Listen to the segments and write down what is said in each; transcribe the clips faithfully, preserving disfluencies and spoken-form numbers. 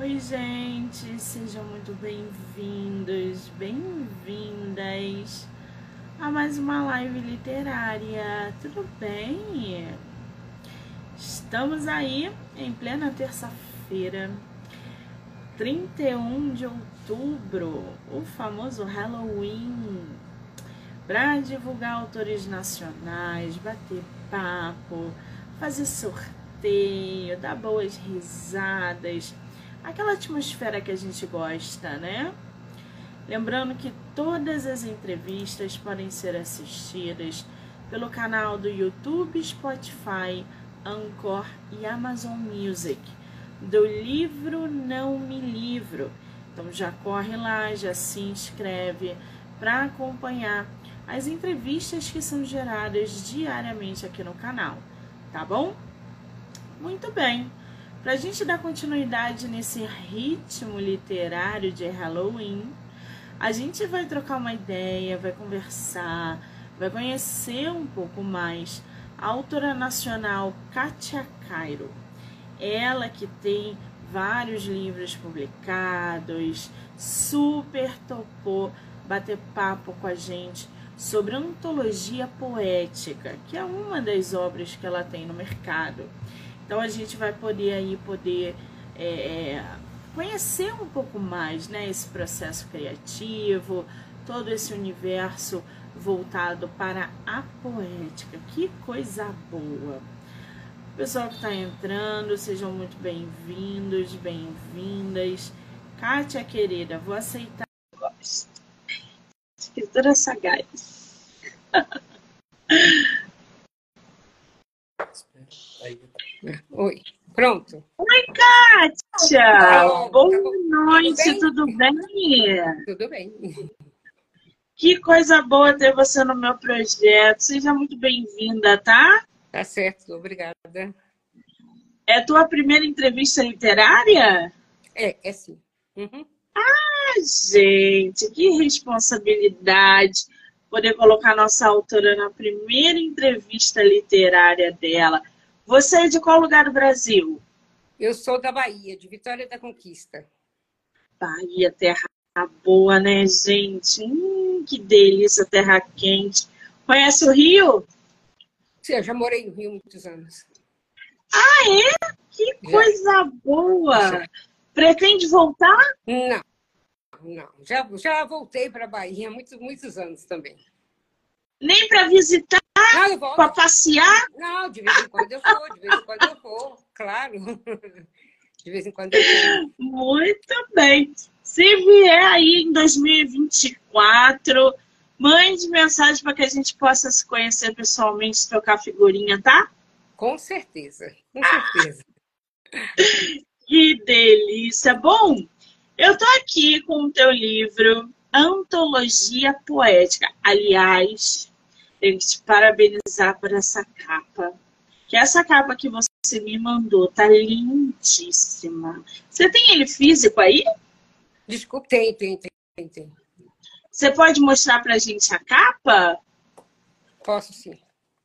Oi, gente, sejam muito bem-vindos, bem-vindas a mais uma live literária. Tudo bem? Estamos aí em plena terça-feira, trinta e um de outubro, o famoso Halloween, para divulgar autores nacionais, bater papo, fazer sorteio, dar boas risadas, aquela atmosfera que a gente gosta, né? Lembrando que todas as entrevistas podem ser assistidas pelo canal do YouTube, Spotify, Anchor e Amazon Music, do livro Não Me Livro. Então já corre lá, já se inscreve para acompanhar as entrevistas que são geradas diariamente aqui no canal, tá bom? Muito bem. Para a gente dar continuidade nesse ritmo literário de Halloween, a gente vai trocar uma ideia, vai conversar, vai conhecer um pouco mais a autora nacional Kátia Cairo. Ela que tem vários livros publicados, super topou bater papo com a gente sobre antologia poética, que é uma das obras que ela tem no mercado. Então a gente vai poder aí poder é, conhecer um pouco mais, né, esse processo criativo, todo esse universo voltado para a poética. Que coisa boa! Pessoal que está entrando, sejam muito bem-vindos, bem-vindas. Kátia, querida, vou aceitar. Gosto. Escritora sagaz. Oi, pronto. Oi, Kátia! Oh, Boa tá noite, tudo tudo bem? Tudo bem. Que coisa boa ter você no meu projeto. Seja muito bem-vinda, tá? Tá certo, obrigada. É a tua primeira entrevista literária? É, é sim. Uhum. Ah, gente, que responsabilidade poder colocar nossa autora na primeira entrevista literária dela. Você é de qual lugar do Brasil? Eu sou da Bahia, de Vitória da Conquista. Bahia, terra boa, né, gente? Hum, que delícia, terra quente. Conhece o Rio? Sim, eu já morei no Rio há muitos anos. Ah, é? Que coisa boa! Já. Pretende voltar? Não, não. Já, já voltei para a Bahia há muitos, muitos anos também. Nem para visitar? Não, eu volto. Para passear? Não, de vez em quando eu vou, de vez em quando eu vou, claro. De vez em quando eu vou. Muito bem. Se vier aí em dois mil e vinte e quatro, mande mensagem para que a gente possa se conhecer pessoalmente, trocar figurinha, tá? Com certeza, com certeza. Que delícia! Bom, eu tô aqui com o teu livro Antologia Poética. Aliás, tenho que te parabenizar por essa capa. Que essa capa que você me mandou tá lindíssima. Você tem ele físico aí? Desculpe, tem, tem, tem, tem. Você pode mostrar pra gente a capa? Posso sim.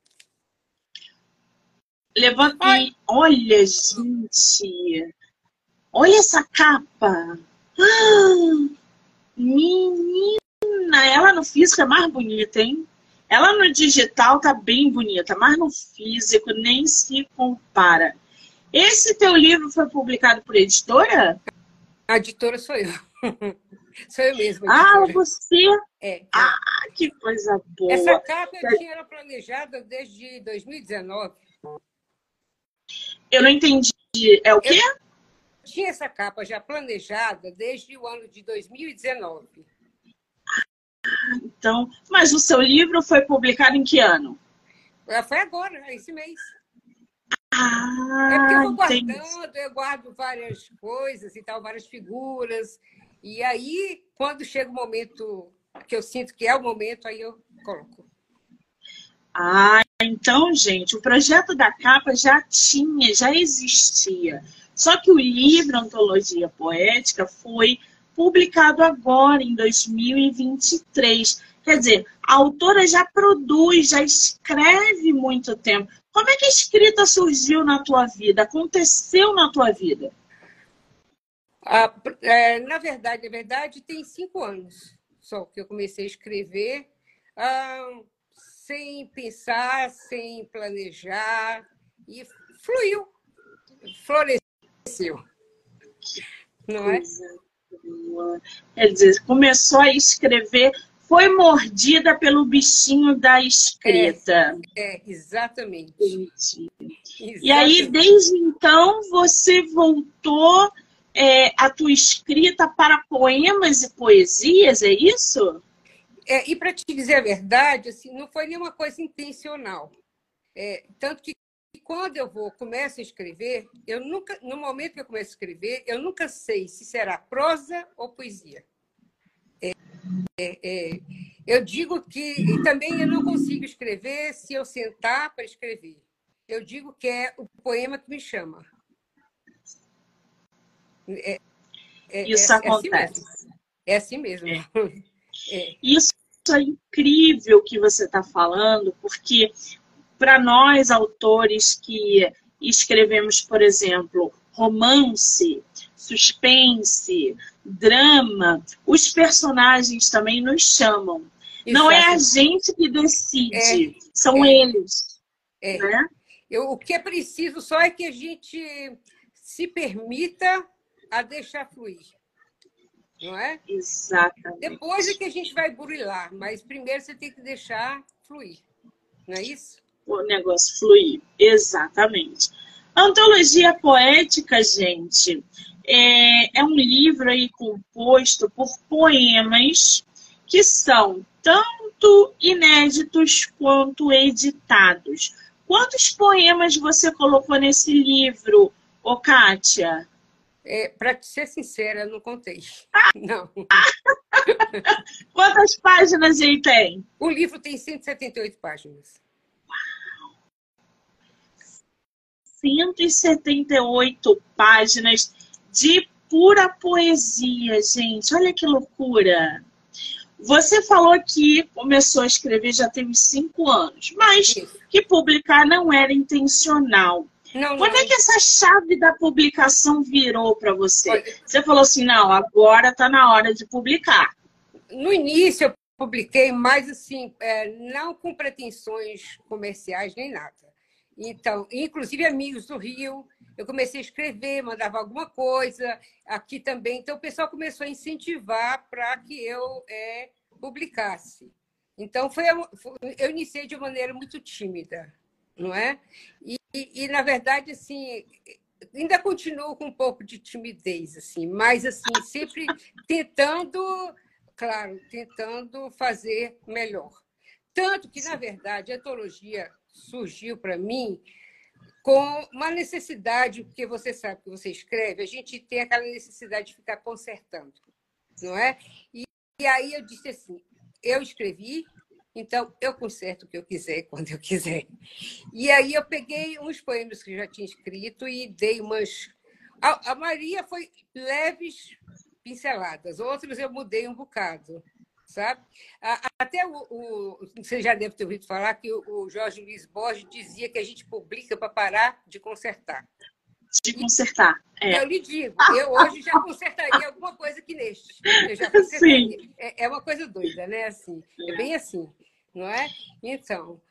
Levanta e olha, gente. Olha essa capa. Ah, menina, ela no físico é mais bonita, hein? Ela no digital tá bem bonita, mas no físico nem se compara. Esse teu livro foi publicado por editora? A editora sou eu. Sou eu mesma. Ah, você? É. Ah, que coisa boa. Essa capa eu tinha ela planejada desde dois mil e dezenove. Eu não entendi. É o quê? Eu tinha essa capa já planejada desde o ano de dois mil e dezenove. Então, mas o seu livro foi publicado em que ano? Foi agora, esse mês. Ah, é porque eu vou entendi. guardando, eu guardo várias coisas e tal, várias figuras. E aí, quando chega o momento que eu sinto que é o momento, aí eu coloco. Ah, então, gente, o projeto da capa já tinha, já existia. Só que o livro Antologia Poética foi publicado agora, em dois mil e vinte e três. Quer dizer, a autora já produz, já escreve muito tempo. Como é que a escrita surgiu na tua vida? Aconteceu na tua vida? Ah, é, na verdade, na verdade, tem cinco anos só que eu comecei a escrever, ah, sem pensar, sem planejar, e fluiu, floresceu, não é? Coisa boa. Quer dizer, começou a escrever, foi mordida pelo bichinho da É, escrita. é, exatamente. Entendi. E aí, Exatamente. desde então, você voltou é, a tua escrita para poemas e poesias, é isso? É, e para te dizer a verdade, assim, não foi nenhuma coisa intencional. É, tanto que quando eu vou começo a escrever, eu nunca, no momento que eu começo a escrever, eu nunca sei se será prosa ou poesia. É, é, eu digo que e também eu não consigo escrever se eu sentar para escrever. Eu digo que é o poema que me chama. É, é, é, Isso é assim mesmo. acontece. É assim mesmo. É. É, Isso é incrível que você está falando, porque para nós, autores que escrevemos, por exemplo, romance, suspense, drama, os personagens também nos chamam. Não é a exato. gente que É, decide, são é, eles, é. né? Eu, o que é preciso só é que a gente se permita a deixar fluir, não é? Depois é Exatamente. que a gente vai burilar, mas primeiro você tem que deixar fluir, não é isso? O negócio fluir. Exatamente. Antologia poética, gente, é, é um livro aí composto por poemas que são tanto inéditos quanto editados. Quantos poemas você colocou nesse livro, ô Kátia? É, para ser sincera, eu não contei. Não. Quantas páginas ele tem? O livro tem cento e setenta e oito páginas. cento e setenta e oito páginas de pura poesia, gente. Olha que loucura. Você falou que começou a escrever já tem uns cinco anos, mas Isso. que publicar não era intencional. Não, Quando é não. que essa chave da publicação virou para você? Olha, Você falou assim, não, agora está na hora de publicar. no início eu publiquei, mas assim, é, não com pretensões comerciais nem nada. Então, inclusive amigos do Rio, eu comecei a escrever, mandava alguma coisa aqui também. Então, o pessoal começou a incentivar para que eu é, publicasse. Então, foi, foi, eu iniciei de maneira muito tímida, não é? E, e, e, na verdade, assim, ainda continuo com um pouco de timidez, assim, mas assim, sempre tentando, claro, tentando fazer melhor. Tanto que, na verdade, a etologia surgiu para mim com uma necessidade, porque você sabe que você escreve, a gente tem aquela necessidade de ficar consertando, não é? E, e aí eu disse assim, eu escrevi, então eu conserto o que eu quiser, quando eu quiser. E aí eu peguei uns poemas que eu já tinha escrito e dei umas... A, a maioria foi leves pinceladas, outros eu mudei um bocado, sabe? Até o, o, você já deve ter ouvido falar que o Jorge Luiz Borges dizia que a gente publica para parar de consertar. De consertar, e é. eu lhe digo, eu hoje já consertaria alguma coisa que neste. Eu já consertaria. É, é uma coisa doida, né? Assim, é bem assim, não é? Então,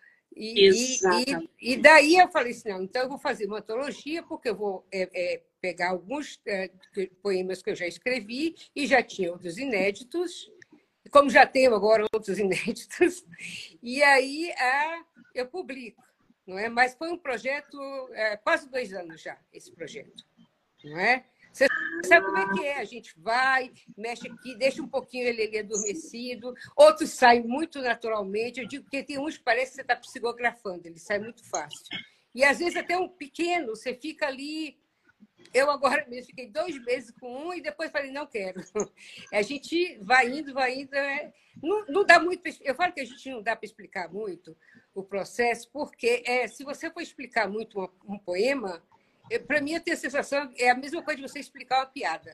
e, e, e daí eu falei assim, não, então eu vou fazer uma antologia, porque eu vou é, é, pegar alguns é, poemas que eu já escrevi e já tinha outros inéditos, como já tenho agora outros inéditos, e aí ah, eu publico, não é? Mas foi um projeto, é, quase dois anos já, esse projeto, não é? Você sabe como é que é, a gente vai, mexe aqui, deixa um pouquinho ele ali adormecido, outros saem muito naturalmente, eu digo que tem uns que parece que você está psicografando, ele sai muito fácil. E às vezes até um pequeno, você fica ali... Eu agora mesmo fiquei dois meses com um e depois falei, não quero. A gente vai indo, vai indo. É... Não, não dá muito. Eu falo que a gente não dá para explicar muito o processo, porque é, se você for explicar muito um, um poema, é, para mim, eu tenho a sensação é a mesma coisa de você explicar uma piada.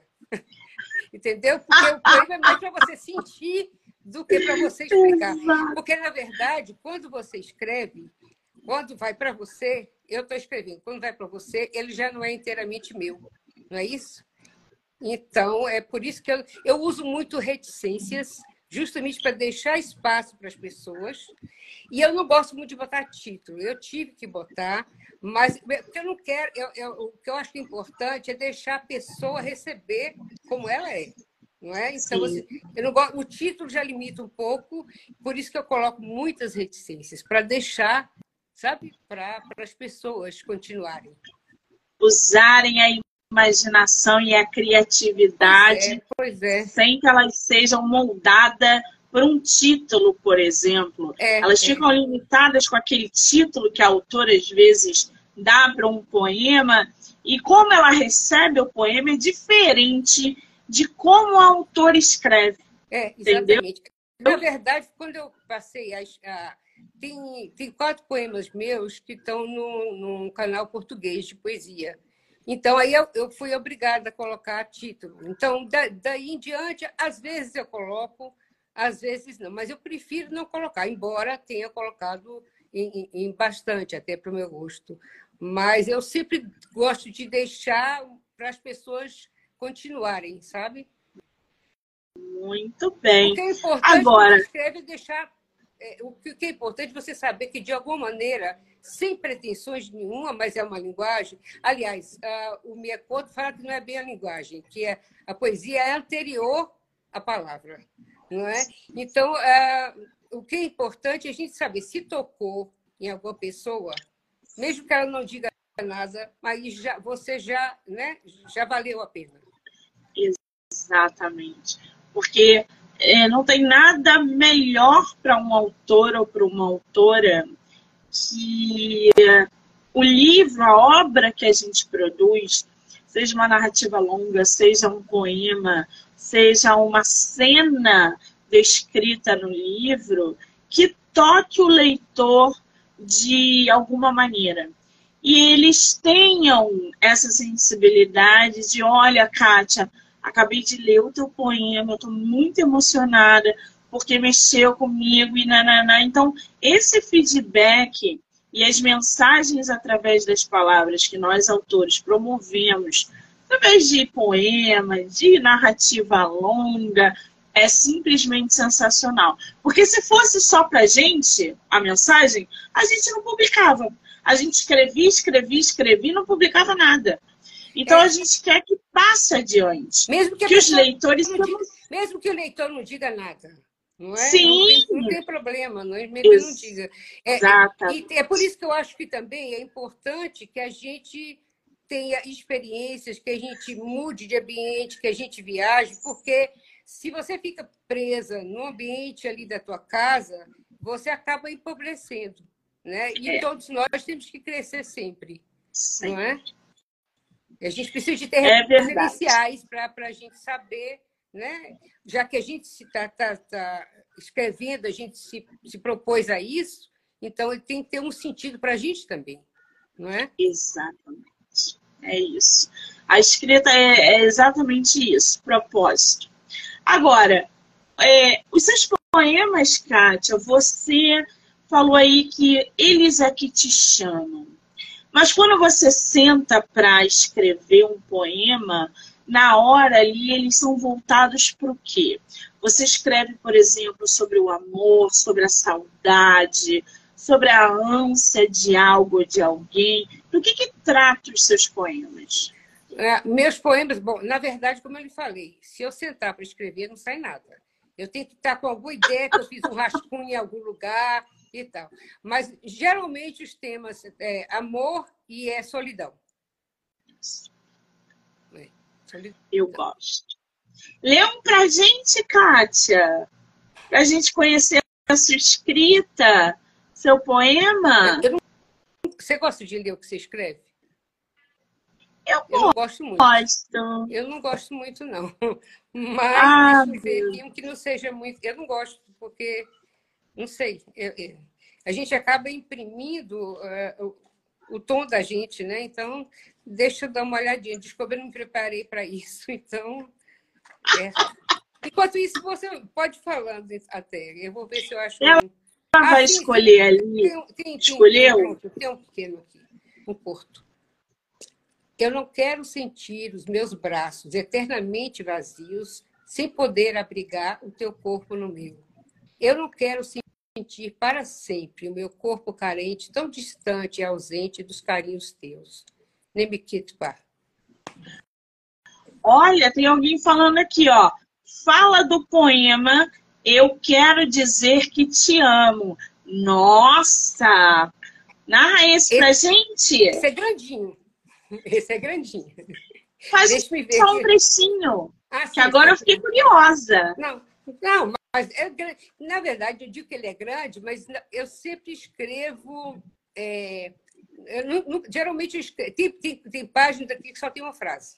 Entendeu? Porque o poema é mais para você sentir do que para você explicar. Porque, na verdade, quando você escreve, quando vai para você, eu estou escrevendo, quando vai para você, ele já não é inteiramente meu, não é isso? Então, é por isso que eu, eu uso muito reticências, justamente para deixar espaço para as pessoas. E eu não gosto muito de botar título. Eu tive que botar, mas o que eu não quero, eu, eu, o que eu acho importante é deixar a pessoa receber como ela é. Não é? Então, você, eu não gosto, o título já limita um pouco, por isso que eu coloco muitas reticências, para deixar, sabe, para as pessoas continuarem. Usarem a imaginação e a criatividade, pois é, pois é. sem que elas sejam moldadas por um título, por exemplo. É, elas é. ficam limitadas com aquele título que a autora, às vezes, dá para um poema, e como ela recebe o poema é diferente de como o autor escreve. É, exatamente. Entendeu? Na verdade, quando eu passei a, a Tem, tem quatro poemas meus que estão no, num canal português de poesia. Então, aí eu, eu fui obrigada a colocar título. Então, da, daí em diante, às vezes eu coloco, às vezes não. Mas eu prefiro não colocar, embora tenha colocado em, em bastante, até para o meu gosto. Mas eu sempre gosto de deixar para as pessoas continuarem, sabe? Muito bem. O que é importante Agora... quando escreve é deixar... O que é importante é você saber que, de alguma maneira, sem pretensões nenhuma, mas é uma linguagem. Aliás, uh, o Miyakoto fala que não é bem a linguagem, que é, a poesia é anterior à palavra. Não é? Então, uh, o que é importante é a gente saber se tocou em alguma pessoa, mesmo que ela não diga nada, mas já, você já, né, já valeu a pena. Exatamente. Porque... É, não tem nada melhor para um autor ou para uma autora que o livro, a obra que a gente produz, seja uma narrativa longa, seja um poema, seja uma cena descrita no livro, que toque o leitor de alguma maneira. E eles tenham essa sensibilidade de, olha, Kátia, acabei de ler o teu poema, eu estou muito emocionada porque mexeu comigo e nananá. Então, esse feedback e as mensagens através das palavras que nós, autores, promovemos, através de poema, de narrativa longa, é simplesmente sensacional. Porque se fosse só para a gente, a mensagem, a gente não publicava. A gente escrevia, escrevia, escrevia e não publicava nada. Então, é. a gente quer que passe adiante. Mesmo que, que os leitores... Não diga, mesmo que o leitor não diga nada. Não é? Sim. Não tem, não tem problema, não é? Mesmo que não diga. É, Exatamente. E é por isso que eu acho que também é importante que a gente tenha experiências, que a gente mude de ambiente, que a gente viaje, porque se você fica presa no ambiente ali da tua casa, você acaba empobrecendo. Né? E é. todos nós temos que crescer sempre. Sim. Não é? A gente precisa de ter é referenciais para a gente saber, né? Já que a gente está tá, tá escrevendo, a gente se, se propôs a isso, então ele tem que ter um sentido para a gente também, não é? Exatamente. É isso. A escrita é, é exatamente isso, propósito. Agora, é, os seus poemas, Kátia, você falou aí que eles é que te chamam. Mas quando você senta para escrever um poema, na hora ali eles são voltados para o quê? Você escreve, por exemplo, sobre o amor, sobre a saudade, sobre a ânsia de algo ou de alguém. Do que que trata os seus poemas? É, meus poemas, bom, na verdade, como eu lhe falei, se eu sentar para escrever, não sai nada. Eu tenho que estar com alguma ideia que eu fiz um rascunho em algum lugar e tal. Mas, geralmente, os temas é amor e é solidão. É, solidão. Eu gosto. Lê um pra gente, Kátia, pra gente conhecer a sua escrita, seu poema. Eu não... Você gosta de ler o que você escreve? Eu, eu não gosto muito. Gosto. Eu não gosto muito, não. Mas ah, deixa eu ver aqui um que não seja muito... Eu não gosto, porque... Não sei, eu, eu, a gente acaba imprimindo uh, o, o tom da gente, né? Então, deixa eu dar uma olhadinha. Desculpa, eu não me preparei para isso. Então, é. Enquanto isso, você pode ir falando até. Eu vou ver se eu acho... Ela um... vai ah, sim, escolher sim. ali. Tem, tem, Escolheu? Tem, pronto, tem um pequeno aqui, um curto. Eu não quero sentir os meus braços eternamente vazios, sem poder abrigar o teu corpo no meu. Eu não quero sentir para sempre o meu corpo carente, tão distante e ausente dos carinhos teus. Nem me quito, pá. Olha, tem alguém falando aqui, ó. Fala do poema Eu Quero Dizer Que Te Amo. Nossa! Narra esse pra gente. Esse é grandinho. Esse é grandinho. Faz Deixa eu ver só um aqui. trechinho. Ah, que sim, agora sim. eu fiquei curiosa. Não, não, mas é grande. Na verdade, eu digo que ele é grande, mas eu sempre escrevo. É, eu não, não, geralmente, eu escrevo, tem, tem, tem páginas aqui que só tem uma frase.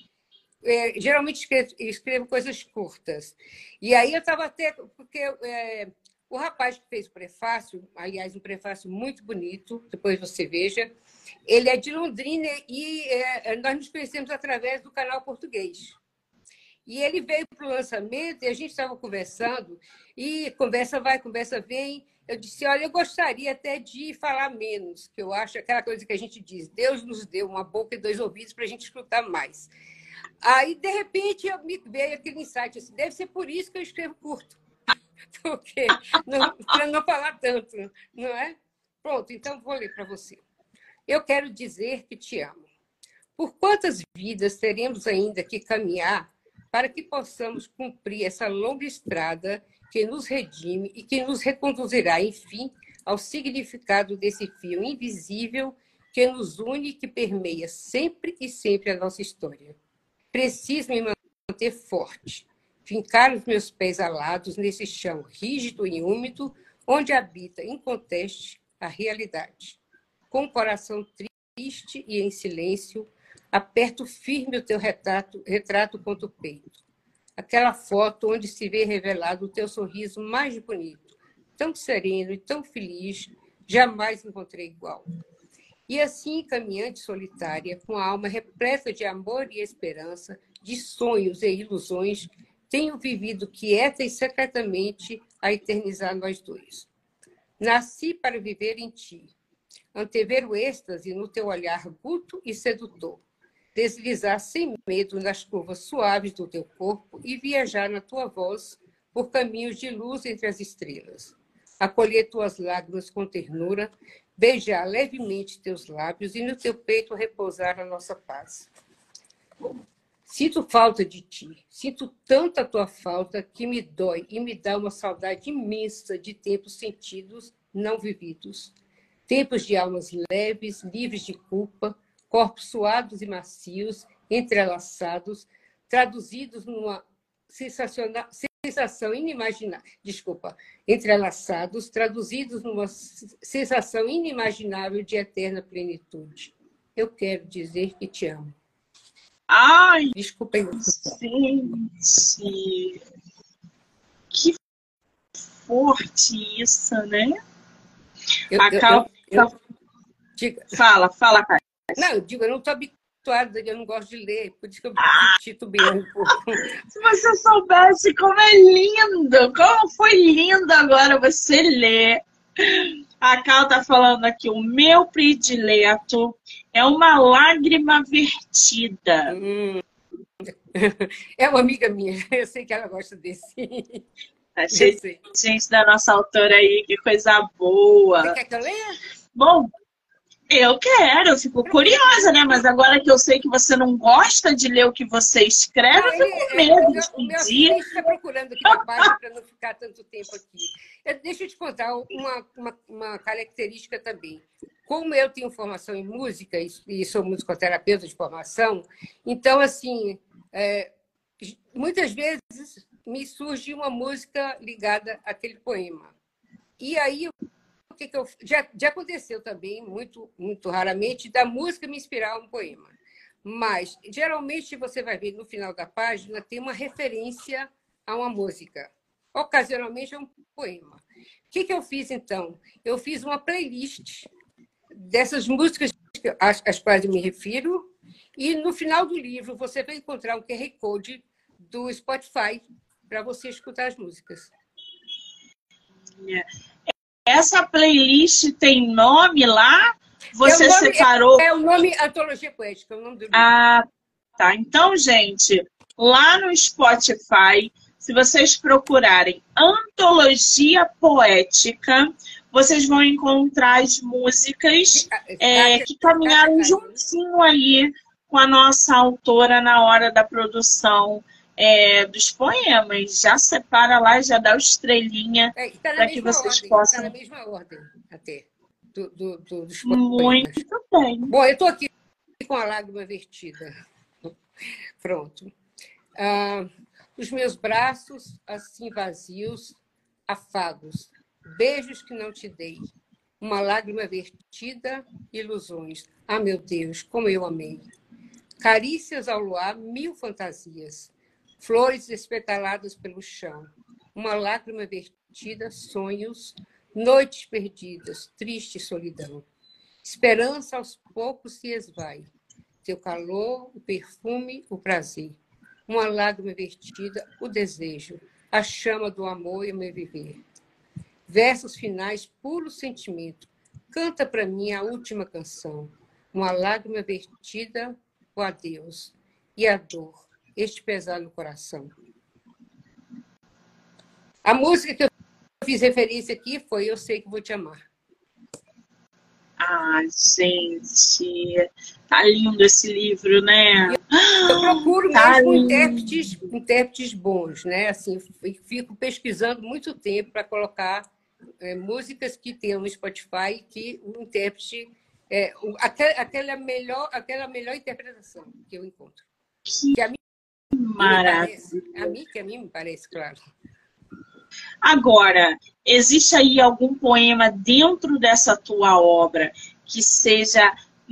É, geralmente escrevo, escrevo coisas curtas. E aí eu estava até. Porque é, o rapaz que fez o prefácio, aliás, um prefácio muito bonito, depois você veja, ele é de Londrina e é, nós nos conhecemos através do canal português. E ele veio para o lançamento e a gente estava conversando, e conversa vai, conversa vem. Eu disse, olha, eu gostaria até de falar menos, que eu acho aquela coisa que a gente diz, Deus nos deu uma boca e dois ouvidos para a gente escutar mais. Aí, de repente, eu me veio aquele insight, assim, deve ser por isso que eu escrevo curto, porque para não falar tanto, não é? Pronto, então vou ler para você. Eu quero dizer que te amo. Por quantas vidas teremos ainda que caminhar para que possamos cumprir essa longa estrada que nos redime e que nos reconduzirá, enfim, ao significado desse fio invisível que nos une e que permeia sempre e sempre a nossa história. Preciso me manter forte, fincar os meus pés alados nesse chão rígido e úmido, onde habita, inconteste, a realidade. Com o coração triste e em silêncio, aperto firme o teu retrato, retrato contra o peito. Aquela foto onde se vê revelado o teu sorriso mais bonito, tão sereno e tão feliz, jamais encontrei igual. E assim, caminhante solitária, com a alma repleta de amor e esperança, de sonhos e ilusões, tenho vivido quieta e secretamente a eternizar nós dois. Nasci para viver em ti, antever o êxtase no teu olhar guto e sedutor, deslizar sem medo nas curvas suaves do teu corpo e viajar na tua voz por caminhos de luz entre as estrelas. Acolher tuas lágrimas com ternura, beijar levemente teus lábios e no teu peito repousar a nossa paz. Sinto falta de ti, sinto tanta tua falta que me dói e me dá uma saudade imensa de tempos sentidos não vividos. Tempos de almas leves, livres de culpa, corpos suados e macios, entrelaçados, traduzidos numa sensacional, sensação inimaginável, desculpa, entrelaçados, traduzidos numa sensação inimaginável de eterna plenitude. Eu quero dizer que te amo. Ai, desculpa aí. Gente, que forte isso, né? Eu, a eu, Cal... eu, eu, diga. Fala, fala, Caio. Não, eu digo, eu não estou habituada, eu não gosto de ler, por isso que eu ah, titubeando um pouco. Se você soubesse como é lindo, como foi lindo agora você ler. A Cal tá falando aqui, o meu predileto é uma lágrima vertida. Hum. É uma amiga minha, eu sei que ela gosta desse. Tá cheio de gente da nossa autora aí, que coisa boa. Você quer que eu leia? Bom, eu quero, eu fico curiosa, né? Mas agora que eu sei que você não gosta de ler o que você escreve, não, eu fico com medo de pedir. O meu assistente está procurando aqui na página para não ficar tanto tempo aqui. Eu, deixa eu te contar uma, uma, uma característica também. Como eu tenho formação em música e sou musicoterapeuta de formação, então, assim, é, muitas vezes me surge uma música ligada àquele poema. E aí, o que, que eu... Já, já aconteceu também, muito, muito raramente, da música me inspirar um poema. Mas, geralmente, você vai ver no final da página, tem uma referência a uma música. Ocasionalmente, é um poema. O que, que eu fiz, então? Eu fiz uma playlist dessas músicas às, às quais eu me refiro, e no final do livro você vai encontrar um Q R Code do Spotify para você escutar as músicas. Essa playlist tem nome lá Você é nome, separou... É, é o nome Antologia Poética, é o nome do livro. Ah, tá. Então, gente, lá no Spotify, se vocês procurarem Antologia Poética, vocês vão encontrar as músicas é, que caminharam juntinho ali com a nossa autora na hora da produção é, dos poemas. Já separa lá, já dá o estrelinha é, tá para que vocês ordem, possam... Está na mesma ordem, até, do, do, do, dos poemas. Muito bem. Bom, eu estou aqui com a lágrima vertida. Pronto. Ah, os meus braços, assim vazios, afagos, beijos que não te dei, uma lágrima vertida, ilusões. Ah, meu Deus, como eu amei. Carícias ao luar, mil fantasias, flores espetaladas pelo chão, uma lágrima vertida, sonhos, noites perdidas, triste solidão. Esperança aos poucos se esvai, teu calor, o perfume, o prazer, uma lágrima vertida, o desejo, a chama do amor e o meu viver. Versos finais, puro sentimento, canta para mim a última canção, uma lágrima vertida, o adeus e a dor, este pesar no coração. A música que eu fiz referência aqui foi Eu Sei Que Vou Te Amar. Ah, gente, tá lindo esse livro, né? Eu procuro tá mesmo intérpretes, intérpretes bons, né? Assim, fico pesquisando muito tempo para colocar é, músicas que tem no Spotify que o intérprete é, aquela, aquela melhor, aquela melhor interpretação que eu encontro. Que, que a mim, maravilha! Me parece, a mim que a mim me parece, claro. Agora, existe aí algum poema dentro dessa tua obra que seja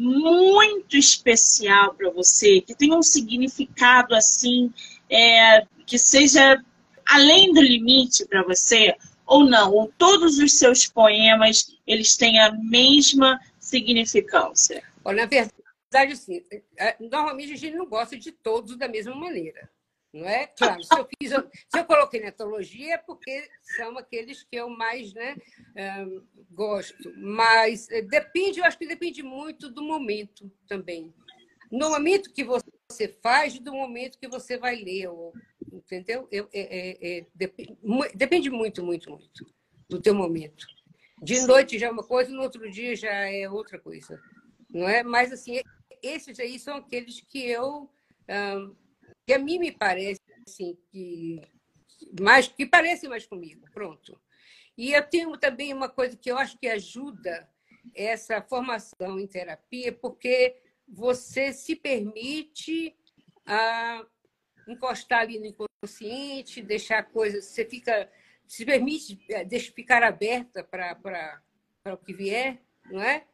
muito especial para você, que tenha um significado assim, é, que seja além do limite para você, ou não? Ou todos os seus poemas, eles têm a mesma significância? Olha, na verdade, assim, normalmente a gente não gosta de todos da mesma maneira. Não é? Claro, se eu, fiz, se eu coloquei na antologia é porque são aqueles que eu mais né, um, gosto. Mas depende, eu acho que depende muito do momento também. No momento que você faz, do momento que você vai ler. Ou, entendeu? Eu, é, é, é, depende, depende muito, muito, muito do teu momento. De noite já é uma coisa, no outro dia já é outra coisa. Não é? Mas, assim, esses aí são aqueles que eu... Um, que a mim me parece assim, que, mais, que parece mais comigo, pronto. E eu tenho também uma coisa que eu acho que ajuda essa formação em terapia, porque você se permite ah, encostar ali no inconsciente, deixar coisas, você fica, se permite deixa, ficar aberta para o que vier, não é?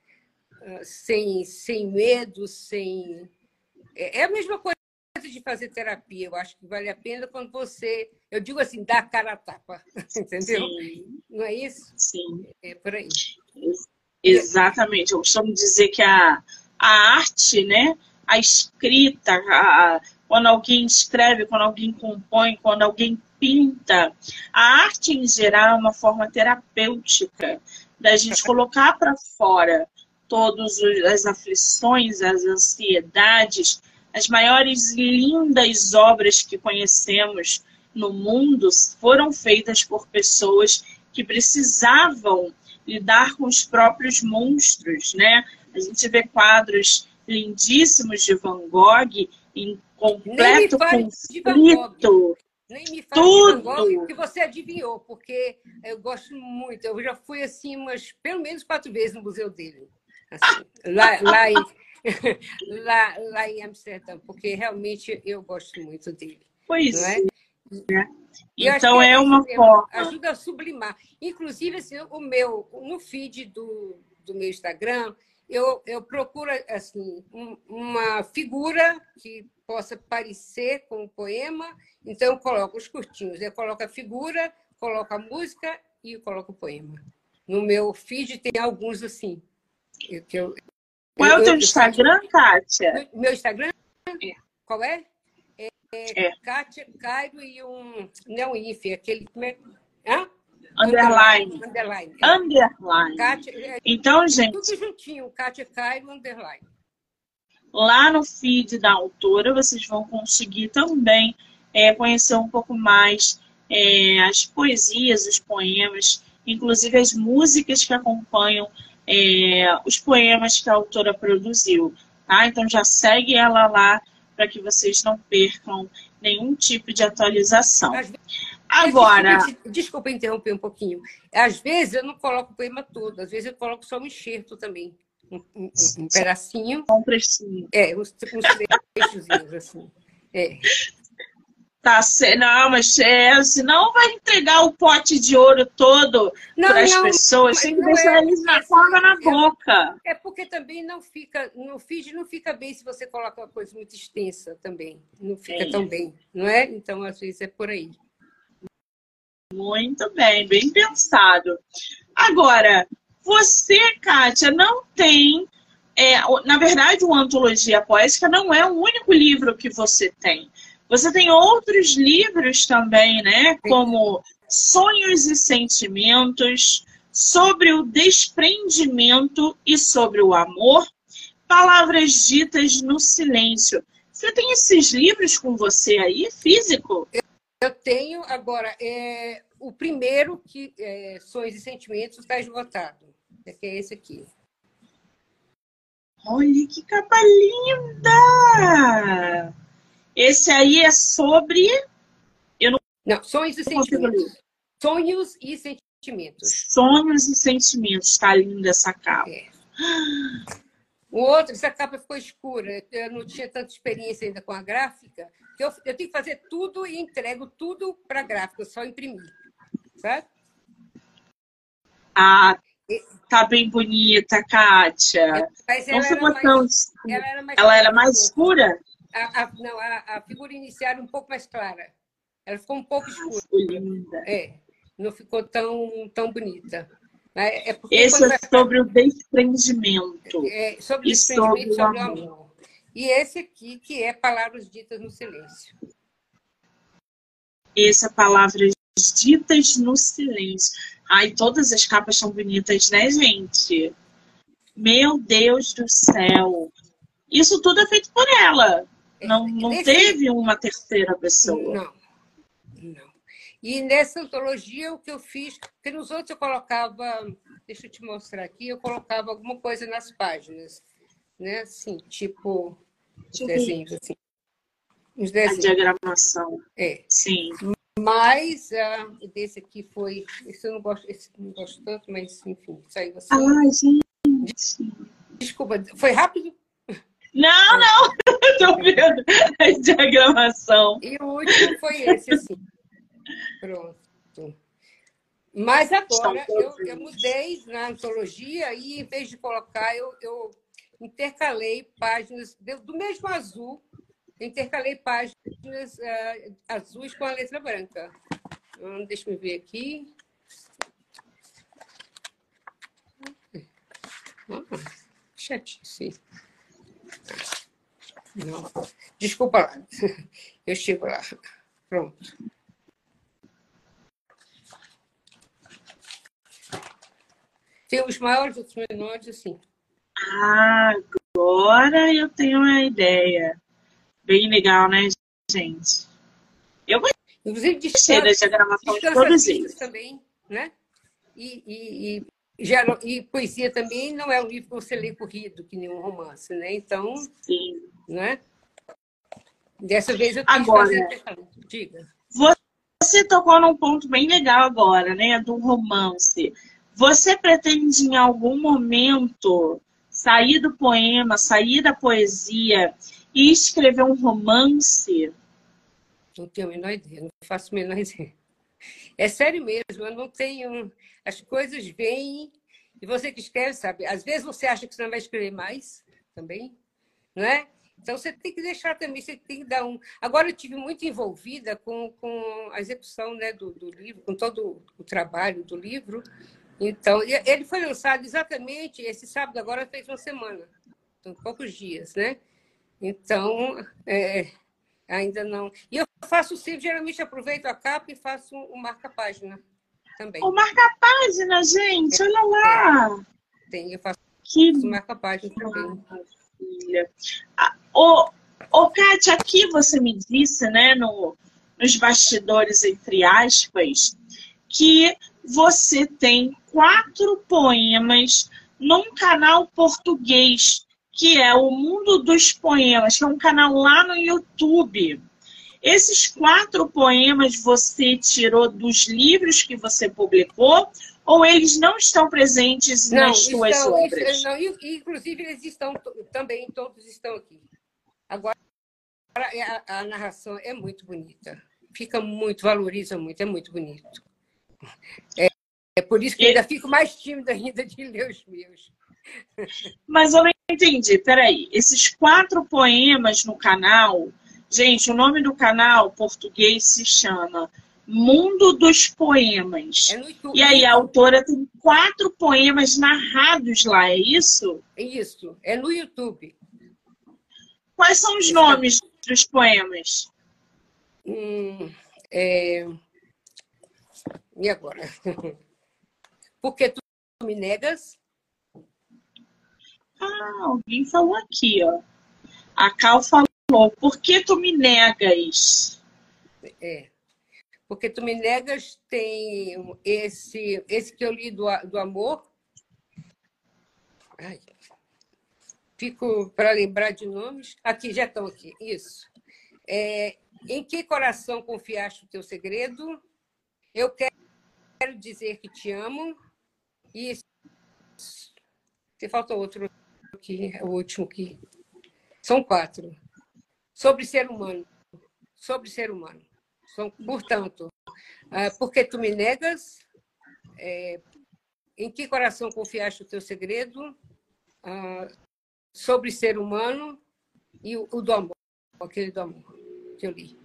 Sem, sem medo, sem... É a mesma coisa de fazer terapia, eu acho que vale a pena quando você, eu digo assim, dá a cara a tapa, entendeu? Sim. Não é isso? Sim. É por aí. Exatamente. Eu costumo dizer que a, a arte, né, a escrita, a, a, quando alguém escreve, quando alguém compõe, quando alguém pinta, a arte em geral é uma forma terapêutica da gente colocar para fora todas as aflições, as ansiedades. As maiores lindas obras que conhecemos no mundo foram feitas por pessoas que precisavam lidar com os próprios monstros, né? A gente vê quadros lindíssimos de Van Gogh em completo conflito. Nem me fale de Van Gogh, que você adivinhou, porque eu gosto muito. Eu já fui assim umas, pelo menos quatro vezes no museu dele. Assim, lá, lá, em, lá, lá em Amsterdã, porque realmente eu gosto muito dele. Pois não é? é. Então é uma é, forma. Ajuda a sublimar. Inclusive, assim, o meu, no feed do, do meu Instagram, eu, eu procuro assim, um, uma figura que possa parecer com o poema, então eu coloco os curtinhos. Eu coloco a figura, coloco a música e eu coloco o poema. No meu feed tem alguns assim. Eu, eu, Qual é o teu Instagram, faço... Kátia? Meu Instagram? É. Qual é? É, é. Kátia, Cairo e um... Não, I F, aquele... Hã? underline. Underline. É. Underline. Kátia, então, gente... Tudo juntinho, Kátia Cairo, underline. Lá no feed da autora, vocês vão conseguir também é, conhecer um pouco mais é, as poesias, os poemas, inclusive as músicas que acompanham é, os poemas que a autora produziu. Tá? Então já segue ela lá para que vocês não percam nenhum tipo de atualização. Vezes, Agora... Desculpa, desculpa interromper um pouquinho. Às vezes eu não coloco o poema todo, às vezes eu coloco só um enxerto também. Um, um, um pedacinho. Um trechinho. É, uns, uns trechozinhos, assim. É. Tá, não, mas é, senão vai entregar o pote de ouro todo para as pessoas, tem que deixar é, eles na corda na é, boca. É porque também não fica, no feed não fica bem se você coloca uma coisa muito extensa também. Não fica é. tão bem, não é? Então, às vezes, é por aí. Muito bem, bem pensado. Agora, você, Kátia, não tem... É, na verdade, o Antologia Poética não é o único livro que você tem. Você tem outros livros também, né? Como Sonhos e Sentimentos, sobre o desprendimento e sobre o amor, Palavras Ditas no Silêncio. Você tem esses livros com você aí, físico? Eu tenho, agora, é, o primeiro, que é Sonhos e Sentimentos, está esgotado. É que é esse aqui. Olha que capa linda! Esse aí é sobre... Eu não... não, Sonhos e Sentimentos. Sonhos e Sentimentos. Sonhos e Sentimentos. Tá linda essa capa. É. O outro, essa capa ficou escura. Eu não tinha tanta experiência ainda com a gráfica, que eu, eu tenho que fazer tudo e entrego tudo para a gráfica, só imprimir. Sabe? Ah, tá bem bonita, Kátia. Mas não ela, era mais, mais, ela era mais, ela era mais escura? A, a, não, a, a figura inicial era um pouco mais clara. Ela ficou um pouco escura. Ficou linda. É, não ficou tão, tão bonita. É Esse é sobre vai... o desprendimento. É, sobre o desprendimento e sobre o amor. amor. E esse aqui, que é Palavras Ditas no Silêncio. Esse é Palavras Ditas no Silêncio. Ai, todas as capas são bonitas, né, gente? Meu Deus do céu. Isso tudo é feito por ela. Não, não Nesse... teve uma terceira pessoa. Não, não. E nessa antologia, o que eu fiz... Porque nos outros eu colocava... Deixa eu te mostrar aqui. Eu colocava alguma coisa nas páginas. Né? Assim, tipo... Os desenhos, assim. Os desenhos. A diagramação. É. Sim. Mas uh, desse aqui foi... Esse eu não gosto, esse eu não gosto tanto, mas enfim, saiu assim. Ai, gente. Desculpa, foi rápido? Não, não. Estou vendo a diagramação. E o último foi esse, assim. Pronto. Mas agora eu, eu mudei na antologia e, em vez de colocar, eu, eu intercalei páginas do mesmo azul, intercalei páginas uh, azuis com a letra branca. Hum, deixa eu ver aqui. Ah, chatice. Não. Desculpa lá. Eu chego lá. Pronto. Tem os maiores, outros menores, assim. Ah, agora eu tenho uma ideia. Bem legal, né, gente? Eu Inclusive, gostei da diagramação de todos eles. Também, né? E, e, e, já, e poesia também não é um livro que você lê corrido, que nem um romance, né? Então, sim. Né? Dessa vez eu quis agora, fazer... Diga. Você tocou num ponto bem legal agora, né? Do romance. Você pretende, em algum momento, sair do poema, sair da poesia e escrever um romance? Não tenho a menor ideia, não faço a menor ideia. É sério mesmo, eu não tenho... As coisas vêm e você que escreve, sabe? Às vezes você acha que você não vai escrever mais também, não é? Então você tem que deixar também, você tem que dar um... Agora eu estive muito envolvida com, com a execução, né, do, do livro, com todo o trabalho do livro. Então, ele foi lançado exatamente esse sábado, agora fez uma semana, são poucos dias, né? Então, é, ainda não... E eu faço sempre, geralmente aproveito a capa e faço um marca-página. também. O marca-página, gente, olha lá. É, tem, eu faço que marca-página também. Ah, ô, ô, Kátia, aqui você me disse, né, no, nos bastidores, entre aspas, que você tem quatro poemas num canal português, que é o Mundo dos Poemas, que é um canal lá no YouTube. Esses quatro poemas você tirou dos livros que você publicou ou eles não estão presentes não, nas suas estão, obras? Isso, não, inclusive, eles estão também, todos estão aqui. Agora, a, a narração é muito bonita. Fica muito, valoriza muito, é muito bonito. É, é por isso que eu ainda fico mais tímida ainda de ler os meus. Mas eu não entendi, peraí. Esses quatro poemas no canal... Gente, o nome do canal português se chama Mundo dos Poemas. É no YouTube, e aí a autora tem quatro poemas narrados lá, é isso? É isso, é no YouTube. Quais são os Esse nomes é... dos poemas? Hum, é... E agora? Porque tu me negas? Ah, alguém falou aqui, ó. A Cal falou. Por que tu me negas? É. Porque tu me negas tem esse, esse que eu li do, do amor. Ai, fico para lembrar de nomes. Aqui, já estão aqui. Isso. É, em que coração confiaste o teu segredo? Eu quero dizer que te amo. E você falta outro aqui, o último aqui. São quatro. Sobre ser humano. Sobre ser humano. São, portanto, uh, porque tu me negas, é, em que coração confiaste o teu segredo, uh, sobre ser humano e o, o do amor, aquele do amor que eu li.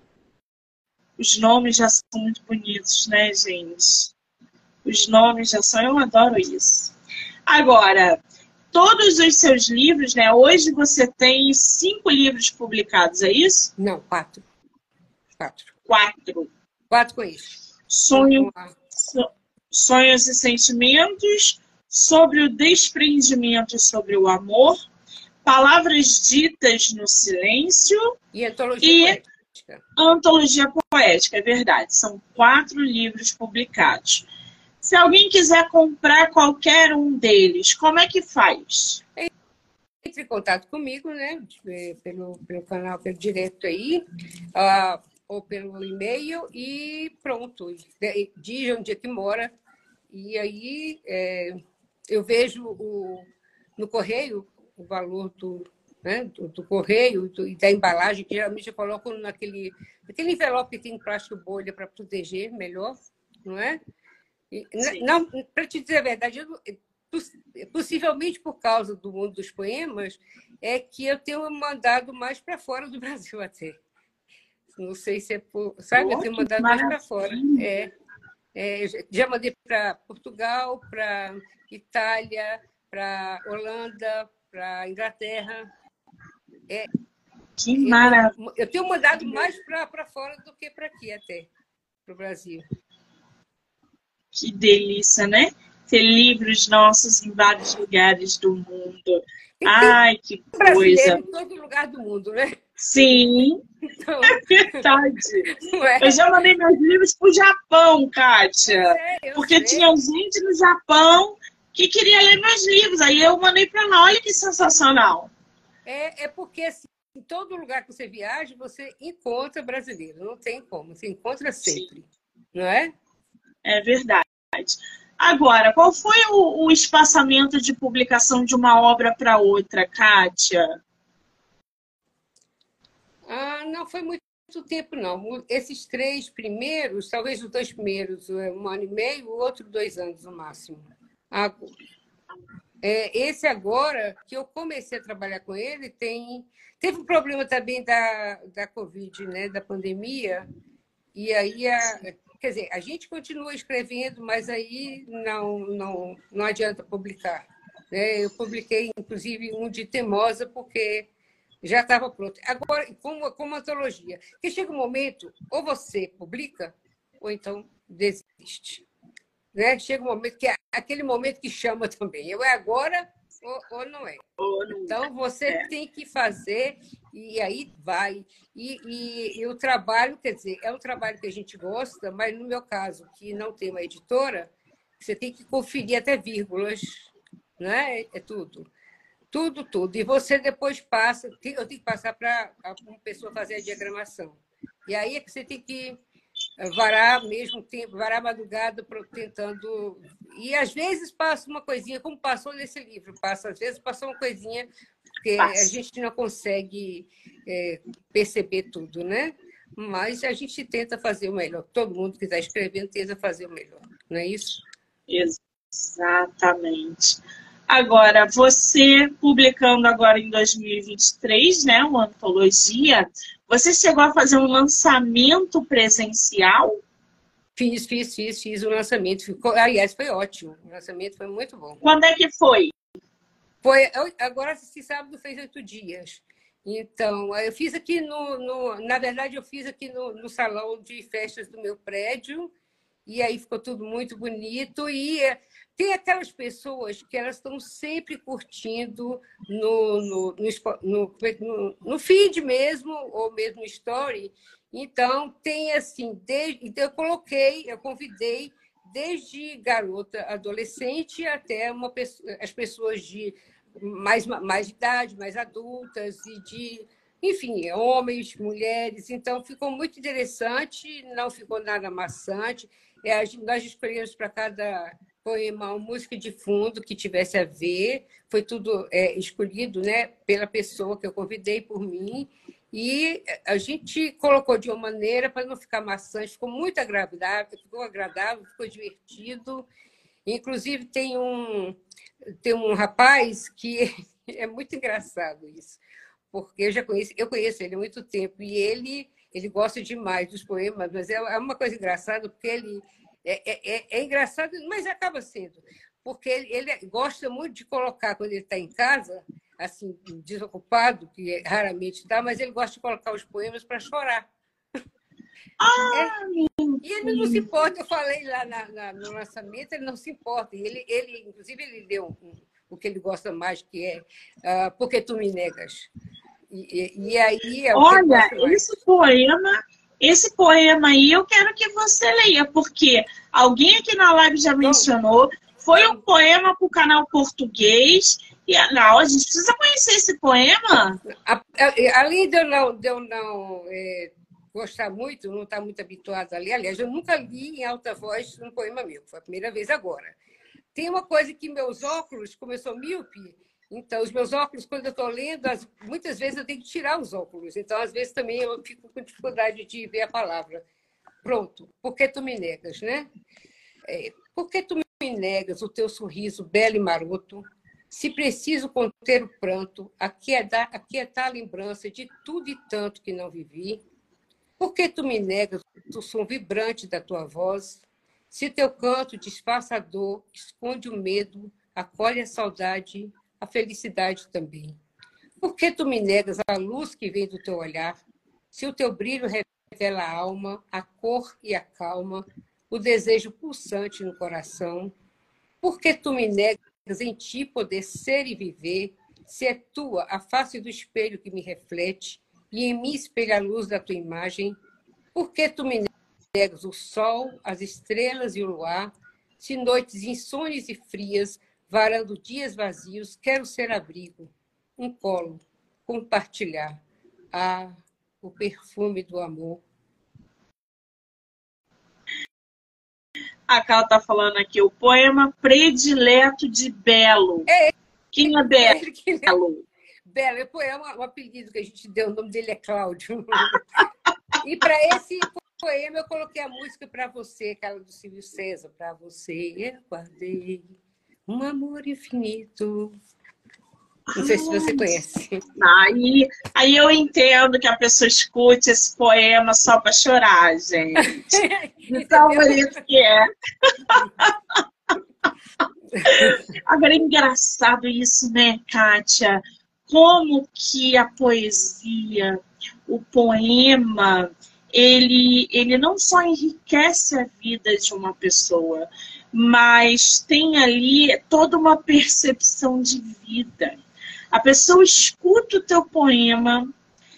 Os nomes já são muito bonitos, né, gente? Os nomes já são, eu adoro isso. Agora, todos os seus livros, né? Hoje você tem cinco livros publicados, é isso? Não, quatro. Quatro. Quatro. Quatro com isso. Sonho, so, sonhos e sentimentos, sobre o desprendimento e sobre o amor, palavras ditas no silêncio e antologia e poética. Antologia poética, é verdade. São quatro livros publicados. Se alguém quiser comprar qualquer um deles, como é que faz? Entre em contato comigo, né? Pelo, pelo canal, pelo direto aí, uh, ou pelo e-mail, e pronto. Diz onde é que mora. E aí é, eu vejo o, no correio o valor do, né, do, do correio do, e da embalagem, que geralmente eu coloco naquele, naquele envelope que tem plástico bolha para proteger melhor, não é? E, não, para te dizer a verdade, eu, possivelmente por causa do Mundo dos Poemas, é que eu tenho mandado mais para fora do Brasil até. Não sei se é por... Sabe, oh, eu tenho mandado mais para fora. É, é, já mandei para Portugal, para Itália, para Holanda, para Inglaterra. É, que maravilha! Eu, eu tenho mandado mais para fora do que para aqui até, para o Brasil. Que delícia, né? Ter livros nossos em vários lugares do mundo. Ai, que coisa! Em todo lugar do mundo, né? Sim, então, é verdade. É? Eu já mandei meus livros para o Japão, Kátia. Eu sei, eu porque sei. Tinha gente no Japão que queria ler meus livros. Aí eu mandei para lá. Olha que sensacional. É, é porque assim, em todo lugar que você viaja, você encontra brasileiro. Não tem como. Você encontra sempre. Sim. Não é? É verdade. Agora, qual foi o, o espaçamento de publicação de uma obra para outra, Kátia? Ah, não foi muito tempo, não. Esses três primeiros, talvez os dois primeiros, um ano e meio, o outro dois anos no máximo. Esse agora, que eu comecei a trabalhar com ele, tem... teve um problema também da, da Covid, né, da pandemia, e aí, a, quer dizer, a gente continua escrevendo, mas aí não, não, não adianta publicar. Né? Eu publiquei, inclusive, um de Teimosa, porque já estava pronto. Agora, como, como antologia, porque chega um momento, ou você publica, ou então desiste. né? Chega um momento que é aquele momento que chama também. Ou é agora ou, ou não é. Então, você tem que fazer e aí vai. E, e, e o trabalho, quer dizer, é um trabalho que a gente gosta, mas no meu caso, que não tem uma editora, você tem que conferir até vírgulas, né? É tudo. Tudo, tudo. E você depois passa, eu tenho que passar para uma pessoa fazer a diagramação. E aí é que você tem que varar mesmo tempo, varar a madrugada tentando. E às vezes passa uma coisinha, como passou nesse livro, passa, às vezes passa uma coisinha, porque passa. A gente não consegue é, perceber tudo, né? Mas a gente tenta fazer o melhor. Todo mundo que está escrevendo tenta fazer o melhor, não é isso? Exatamente. Agora, você publicando agora em dois mil e vinte e três, né, uma antologia, você chegou a fazer um lançamento presencial? Fiz, fiz, fiz, fiz o lançamento. Ficou, aliás, foi ótimo. O lançamento foi muito bom. Quando é que foi? Foi agora, esse sábado fez oito dias. Então, eu fiz aqui no, no... Na verdade, eu fiz aqui no, no salão de festas do meu prédio, e aí ficou tudo muito bonito. E tem aquelas pessoas que elas estão sempre curtindo no, no, no, no, no feed mesmo, ou mesmo story. Então, tem assim, desde, então eu coloquei, eu convidei desde garota, adolescente, até uma pessoa, as pessoas de mais, mais idade, mais adultas, e de, enfim, homens, mulheres. Então, ficou muito interessante, não ficou nada maçante. É, nós escolhemos para cada poema uma música de fundo que tivesse a ver, foi tudo é, escolhido, né, pela pessoa que eu convidei, por mim, e a gente colocou de uma maneira para não ficar maçante, ficou muito agradável, ficou agradável, ficou divertido. Inclusive, tem um, tem um rapaz que é muito engraçado isso, porque eu já conheço, eu conheço ele há muito tempo, e ele, ele gosta demais dos poemas, mas é uma coisa engraçada, porque ele é, é, é engraçado, mas acaba sendo, porque ele, ele gosta muito de colocar, quando ele está em casa, assim, desocupado, que raramente está, mas ele gosta de colocar os poemas para chorar. Ah, é. E ele não se importa, eu falei lá na, na, no lançamento, ele não se importa. E ele, ele, inclusive, ele deu um, um, o que ele gosta mais, que é uh, Porque Tu Me Negas. E, e, e aí é o Olha, que ele esse poema, esse poema aí eu quero que você leia, porque alguém aqui na live já mencionou, foi um poema para o canal português. E não, a gente precisa conhecer esse poema. A, a, além de eu não, de eu não é, gostar muito, não estar muito habituada a ler, aliás, eu nunca li em alta voz um poema meu, foi a primeira vez agora. Tem uma coisa que meus óculos, como eu sou míope, então os meus óculos, quando eu estou lendo, as, muitas vezes eu tenho que tirar os óculos, então às vezes também eu fico com dificuldade de ver a palavra. Pronto, Porque Tu Me Negas, né? É, porque tu me negas o teu sorriso belo e maroto, se preciso conter o pranto, aquietar, aquietar a lembrança de tudo e tanto que não vivi? Por que tu me negas o som vibrante da tua voz? Se teu canto disfarça a dor, esconde o medo, acolhe a saudade, a felicidade também. Por que tu me negas a luz que vem do teu olhar? Se o teu brilho revela a alma, a cor e a calma, o desejo pulsante no coração? Por que tu me negas em ti poder ser e viver, se é tua a face do espelho que me reflete e em mim espelha a luz da tua imagem? Por que tu me negas o sol, as estrelas e o luar, se noites insones e frias, varando dias vazios, quero ser abrigo, um colo, compartilhar, ah, o perfume do amor. A Carla está falando aqui, o poema predileto de Belo. É, Quem é Belo? Belo, é poema, o apelido que a gente deu, o nome dele é Cláudio. E para esse poema eu coloquei a música Para Você, aquela do Silvio César. Para você eu guardei um amor infinito. Não sei se você conhece. Aí, aí eu entendo que a pessoa escute esse poema só para chorar, gente. Então, por isso que é. Agora é engraçado isso, né, Kátia? Como que a poesia, o poema, ele, ele não só enriquece a vida de uma pessoa, mas tem ali toda uma percepção de vida. A pessoa escuta o teu poema,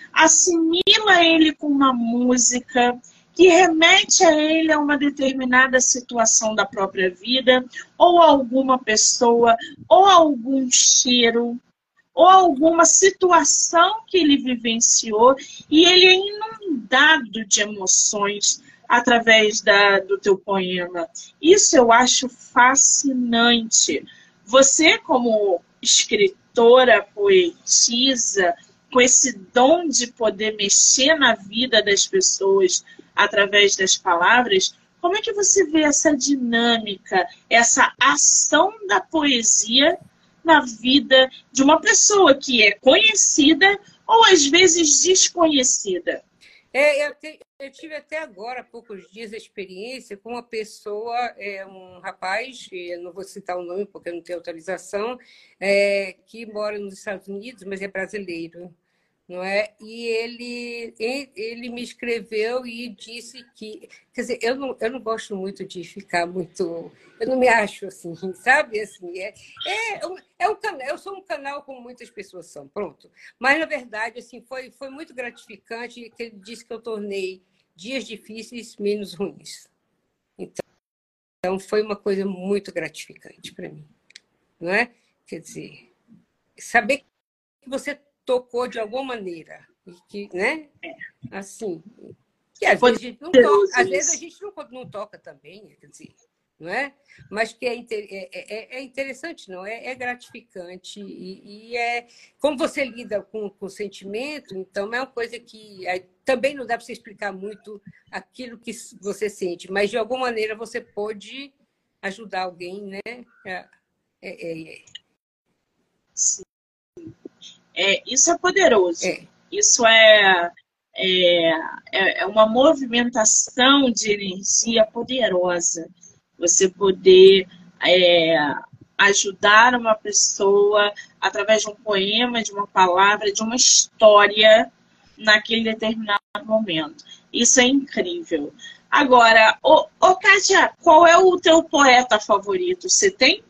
assimila ele com uma música que remete a ele a uma determinada situação da própria vida, ou a alguma pessoa, ou a algum cheiro, ou alguma situação que ele vivenciou, e ele é inundado de emoções através da, do teu poema. Isso eu acho fascinante. Você, como escritora, poetisa, com esse dom de poder mexer na vida das pessoas através das palavras, como é que você vê essa dinâmica, essa ação da poesia na vida de uma pessoa que é conhecida ou às vezes desconhecida? É, eu, te, eu tive até agora, há poucos dias, a experiência com uma pessoa, é, um rapaz, não vou citar o nome porque eu não tenho autorização, é, que mora nos Estados Unidos, mas é brasileiro. Não é? E ele, ele me escreveu e disse que... Quer dizer, eu não, eu não gosto muito de ficar muito... Eu não me acho assim, sabe? Assim, é, é, é um canal, eu sou um canal como muitas pessoas são, pronto. Mas, na verdade, assim, foi, foi muito gratificante que ele disse que eu tornei dias difíceis menos ruins. Então, então foi uma coisa muito gratificante para mim. Não é? Quer dizer, saber que você tocou de alguma maneira, que, né? Assim, que às vezes a gente não toca, às vezes a gente não, não toca também, quer dizer, não é? Mas que é, é, é interessante, não é? É gratificante e, e é como você lida com o sentimento. Então é uma coisa que é, também não dá para você explicar muito aquilo que você sente, mas de alguma maneira você pode ajudar alguém, né? É, é, é. Sim. É, isso é poderoso. É. Isso é, é, é uma movimentação de energia poderosa. Você poder é, ajudar uma pessoa através de um poema, de uma palavra, de uma história naquele determinado momento. Isso é incrível. Agora, ô, ô Kátia, qual é o teu poeta favorito? Você tem?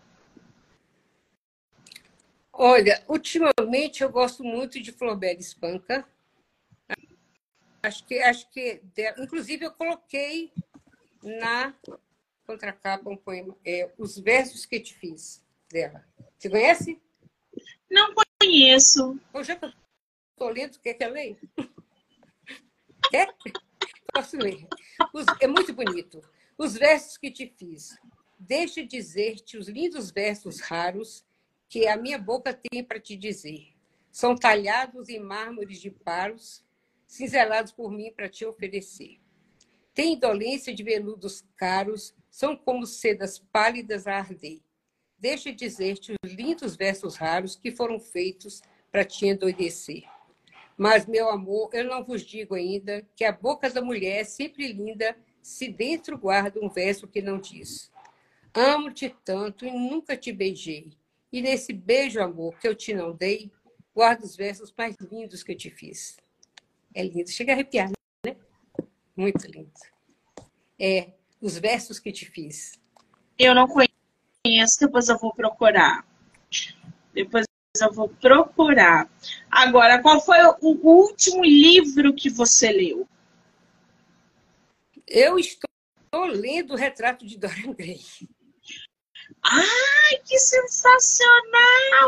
Olha, ultimamente eu gosto muito de Flaubert Espanca. Acho que, acho que inclusive eu coloquei na contracapa um poema, é, Os Versos que Te Fiz, dela. Você conhece? Não conheço. Eu já estou lendo, quer que eu leia? Quer? Posso ler. Os, é muito bonito. Os versos que te fiz. Deixa dizer-te os lindos versos raros que a minha boca tem para te dizer. São talhados em mármores de paros, cinzelados por mim para te oferecer. Tem indolência de veludos caros, são como sedas pálidas a arder. Deixa dizer-te os lindos versos raros que foram feitos para te endoidecer. Mas, meu amor, eu não vos digo ainda que a boca da mulher é sempre linda se dentro guarda um verso que não diz. Amo-te tanto e nunca te beijei. E nesse beijo, amor, que eu te não dei, guardo os versos mais lindos que eu te fiz. É lindo. Chega a arrepiar, né? Muito lindo. É, os versos que te fiz. Eu não conheço, depois eu vou procurar. Depois eu vou procurar. Agora, qual foi o último livro que você leu? Eu estou lendo o Retrato de Dorian Gray. Ai, que sensacional!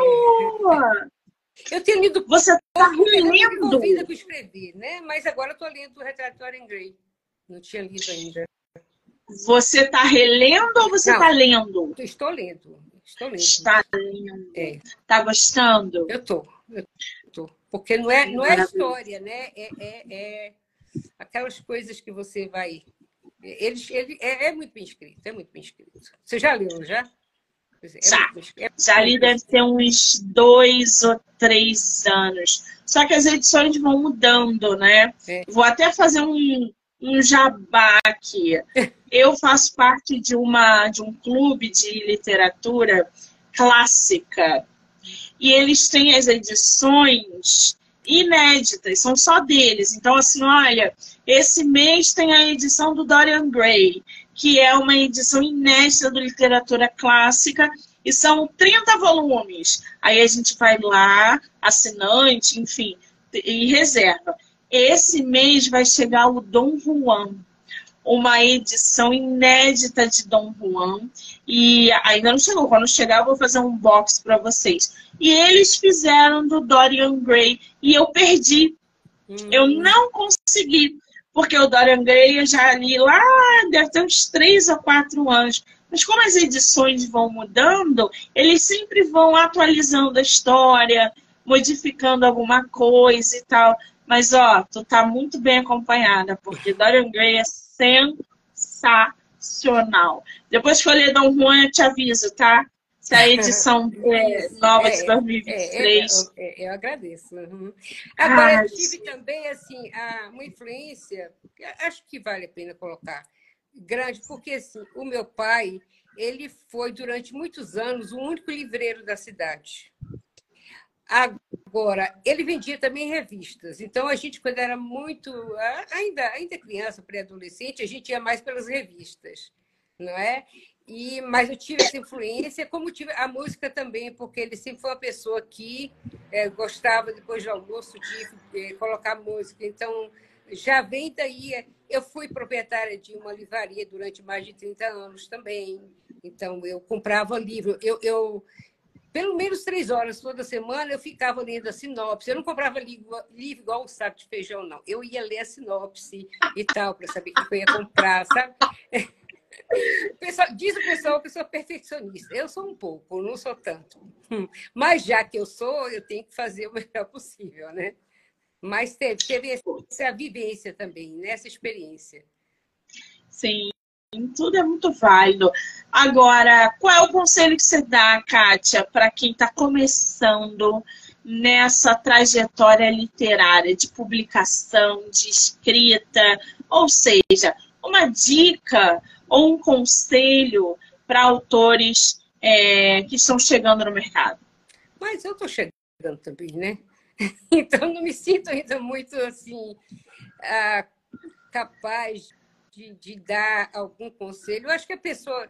Eu tenho lido... Você está relendo? Eu não envolvida com escrever, né? Mas agora estou lendo o Retrato de Dorian Gray. Não tinha lido ainda. Você está relendo ou você está lendo? Estou lendo. Estou lendo. Está lendo. É. Está gostando? Eu estou. Eu tô. Porque não é, não é história, né? É, é, é aquelas coisas que você vai... Ele, ele, é, é muito bem escrito, é muito bem escrito. Você já leu, já? É já. É já li, deve ter uns dois ou três anos. Só que as edições vão mudando, né? É. Vou até fazer um, um jabá aqui. Eu faço parte de, uma, de um clube de literatura clássica. E eles têm as edições inéditas, são só deles. Então, assim, olha, esse mês tem a edição do Dorian Gray, que é uma edição inédita do literatura clássica, e são trinta volumes. Aí a gente vai lá, assinante, enfim, e reserva. Esse mês vai chegar o Dom Juan, uma edição inédita de Dom Juan, e ainda não chegou. Quando chegar, eu vou fazer um box para vocês. E eles fizeram do Dorian Gray, e eu perdi. Hum. Eu não consegui, porque o Dorian Gray eu já li lá, deve ter uns três ou quatro anos. Mas como as edições vão mudando, eles sempre vão atualizando a história, modificando alguma coisa e tal. Mas, ó, tu tá muito bem acompanhada, porque Dorian Gray é sensacional. Depois que eu ler Dom Juan, eu te aviso, tá? Se a edição é, nova de dois mil e vinte e três... É, é, é, eu agradeço. Uhum. Agora, ah, eu tive sim. também, assim, uma influência, acho que vale a pena colocar, grande, porque, assim, o meu pai, ele foi, durante muitos anos, o único livreiro da cidade. Agora, ele vendia também revistas. Então, a gente, quando era muito... Ainda, ainda criança, pré-adolescente, a gente ia mais pelas revistas, não é? E, mas eu tive essa influência, como tive a música também, porque ele sempre foi uma pessoa que é, gostava, depois do almoço, de é, colocar música. Então, já vem daí... Eu fui proprietária de uma livraria durante mais de trinta anos também. Então, eu comprava livro. Eu... eu Pelo menos três horas toda semana eu ficava lendo a sinopse. Eu não comprava livro, livro igual um saco de feijão, não. Eu ia ler a sinopse e tal, para saber o que eu ia comprar, sabe? Pessoal, diz o pessoal que eu sou perfeccionista. Eu sou um pouco, não sou tanto. Mas já que eu sou, eu tenho que fazer o melhor possível, né? Mas teve, teve essa vivência também, nessa experiência. Sim. Tudo é muito válido. Agora, qual é o conselho que você dá, Kátia, para quem está começando nessa trajetória literária de publicação, de escrita? Ou seja, uma dica ou um conselho para autores é, que estão chegando no mercado? Mas eu estou chegando também, né? Então, não me sinto ainda muito assim, ah, capaz De, de dar algum conselho. Eu acho que a pessoa...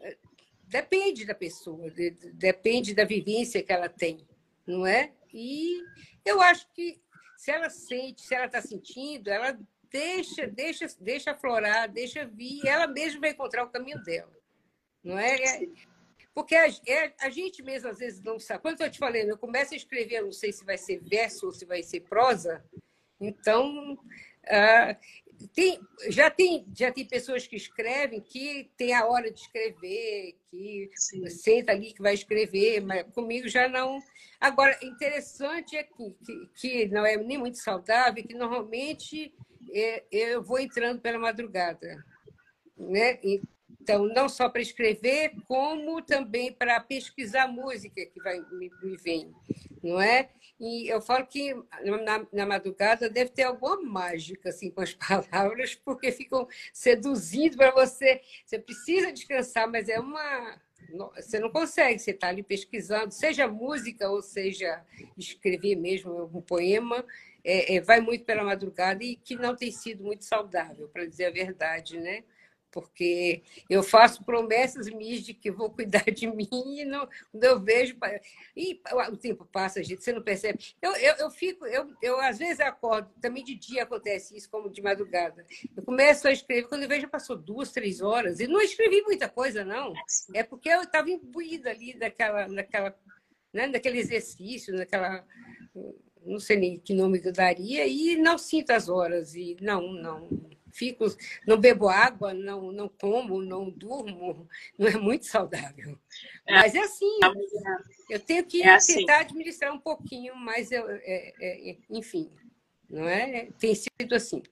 Depende da pessoa, de, depende da vivência que ela tem, não é? E eu acho que se ela sente, se ela está sentindo, ela deixa, deixa, deixa aflorar, deixa vir, ela mesma vai encontrar o caminho dela, não é? é porque a, é, a gente mesmo, às vezes, não sabe. Quando eu te falei, eu começo a escrever, eu não sei se vai ser verso ou se vai ser prosa, então... Ah, Tem, já, tem, já tem pessoas que escrevem que tem a hora de escrever, que Sim. senta ali que vai escrever, mas comigo já não. Agora, interessante é que, que, que não é nem muito saudável, que normalmente é, eu vou entrando pela madrugada, né? Então, não só para escrever, como também para pesquisar música que vai, me, me vem, não é? E eu falo que na, na madrugada deve ter alguma mágica assim, com as palavras, porque ficam seduzindo para você. Você precisa descansar, mas é uma... Você não consegue, você está ali pesquisando, seja música ou seja escrever mesmo um poema, é, é, vai muito pela madrugada e que não tem sido muito saudável, para dizer a verdade, né? Porque eu faço promessas minhas de que vou cuidar de mim e não, quando eu vejo... E o tempo passa, gente, você não percebe. Eu, eu, eu fico... Eu, eu, às vezes, acordo, também de dia acontece isso, como de madrugada. Eu começo a escrever, quando eu vejo, já passou duas, três horas, e não escrevi muita coisa, não. É porque eu estava imbuída ali naquela, naquela, né, naquele exercício, naquela... Não sei nem que nome eu daria, e não sinto as horas, e não, não... Fico, não bebo água, não, não como, não durmo, não é muito saudável. É, mas é assim, eu tenho que é assim. tentar administrar um pouquinho, mas eu, é, é, enfim, não é? Tem sido assim.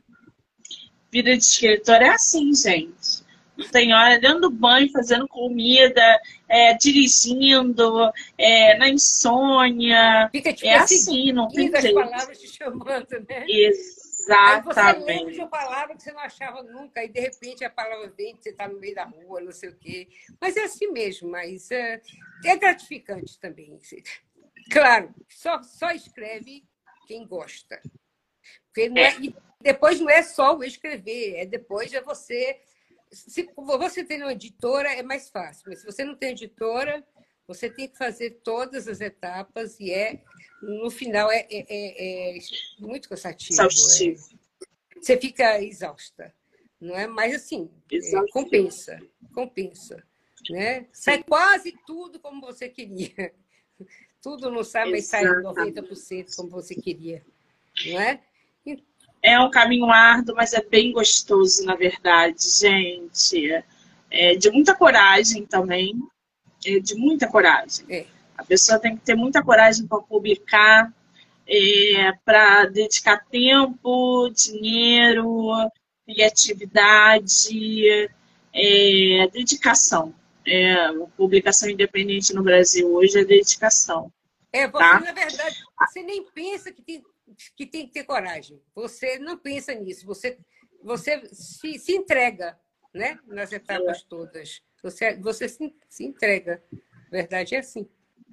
Vida de escritor é assim, gente. Não tem hora dando banho, fazendo comida, é, dirigindo, é, na insônia. Fica tipo é assim, assim, não tem as jeito. palavras te chamando, né? Exatamente. Aí você lembra de uma palavra que você não achava nunca, e de repente a palavra vem, você está no meio da rua, não sei o quê. Mas é assim mesmo, mas é, é gratificante também. Claro, só, só escreve quem gosta. Porque não é, é. E depois não é só o escrever, é depois é você... Se você tem uma editora, é mais fácil. Mas se você não tem editora, você tem que fazer todas as etapas e é, no final é, é, é, é muito cansativo. Exaustivo. É. Você fica exausta. Não é? Mas assim, é, compensa. Compensa. Né? Sai quase tudo como você queria. Tudo não sai, mas sai noventa por cento como você queria. Não é? É um caminho árduo, mas é bem gostoso, na verdade, gente. É de muita coragem também. É de muita coragem. É. A pessoa tem que ter muita coragem para publicar, é, para dedicar tempo, dinheiro, criatividade, é, dedicação. É, publicação independente no Brasil hoje é dedicação. É, você, tá? Na verdade, você nem pensa que tem, que tem que ter coragem. Você não pensa nisso. Você, você se, se entrega, né? Nas etapas é. todas. Você, você se, se entrega. A verdade é assim.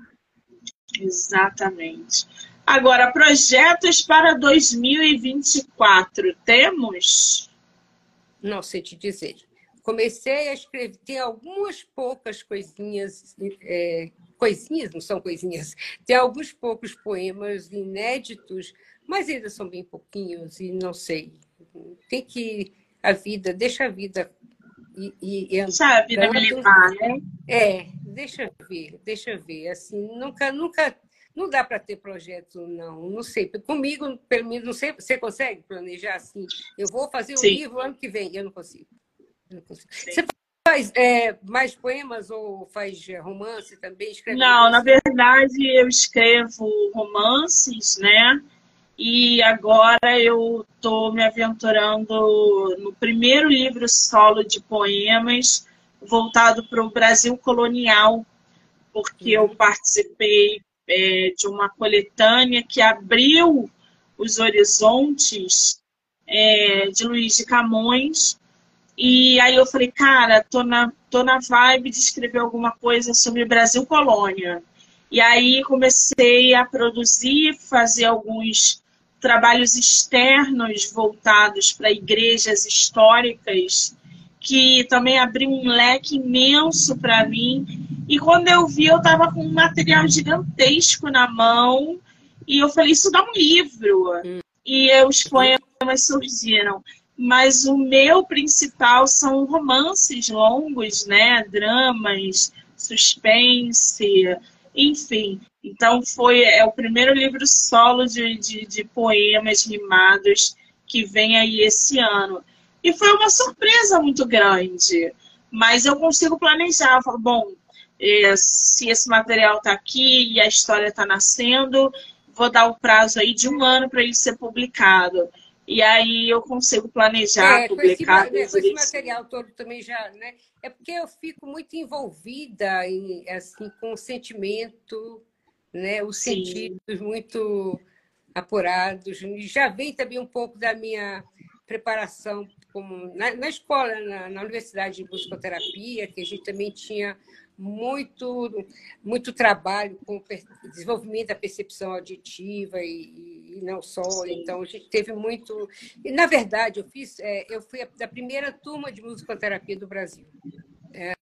Exatamente. Agora, projetos para dois mil e vinte e quatro, temos? Não sei te dizer. Comecei a escrever, tem algumas poucas coisinhas, é, coisinhas, não são coisinhas, tem alguns poucos poemas inéditos, mas ainda são bem pouquinhos e não sei. Tem que, a vida, deixa a vida e, e, e deixa a vida me levar, né? É, deixa eu ver, deixa eu ver. Assim, nunca, nunca, não dá para ter projeto, não. Não sei. Comigo, pelo menos, não sei. Você consegue planejar assim? Eu vou fazer um Sim. livro ano que vem. Eu não consigo. Eu não consigo. Você faz é, mais poemas ou faz romance também? Escreve não, romance? Na verdade, eu escrevo romances, né? E agora eu estou me aventurando no primeiro livro solo de poemas voltado para o Brasil colonial, porque uhum. eu participei é, de uma coletânea que abriu os horizontes é, de Luís de Camões. E aí eu falei, cara, tô na, tô na vibe de escrever alguma coisa sobre Brasil colônia. E aí comecei a produzir, fazer alguns trabalhos externos voltados para igrejas históricas, que também abriu um leque imenso para mim. E quando eu vi, eu estava com um material gigantesco na mão, e eu falei, isso dá um livro. Hum. E os poemas surgiram. Mas o meu principal são romances longos, né? Dramas, suspense, enfim. Então, foi é o primeiro livro solo de, de, de poemas rimados que vem aí esse ano. E foi uma surpresa muito grande. Mas eu consigo planejar. Eu falo, bom, é, se esse material está aqui e a história está nascendo, vou dar o prazo aí de um ano para ele ser publicado. E aí eu consigo planejar, é, publicar. Com esse, com esse material todo também já, né? É porque eu fico muito envolvida em, assim, com o sentimento, né? Os Sim. sentidos muito apurados. E já vem também um pouco da minha preparação como, na, na escola, na, na Universidade de Musicoterapia, que a gente também tinha muito, muito trabalho com o desenvolvimento da percepção auditiva e, e não só. Sim. Então, a gente teve muito... E, na verdade, eu, fiz, é, eu fui a, da primeira turma de musicoterapia do Brasil. É,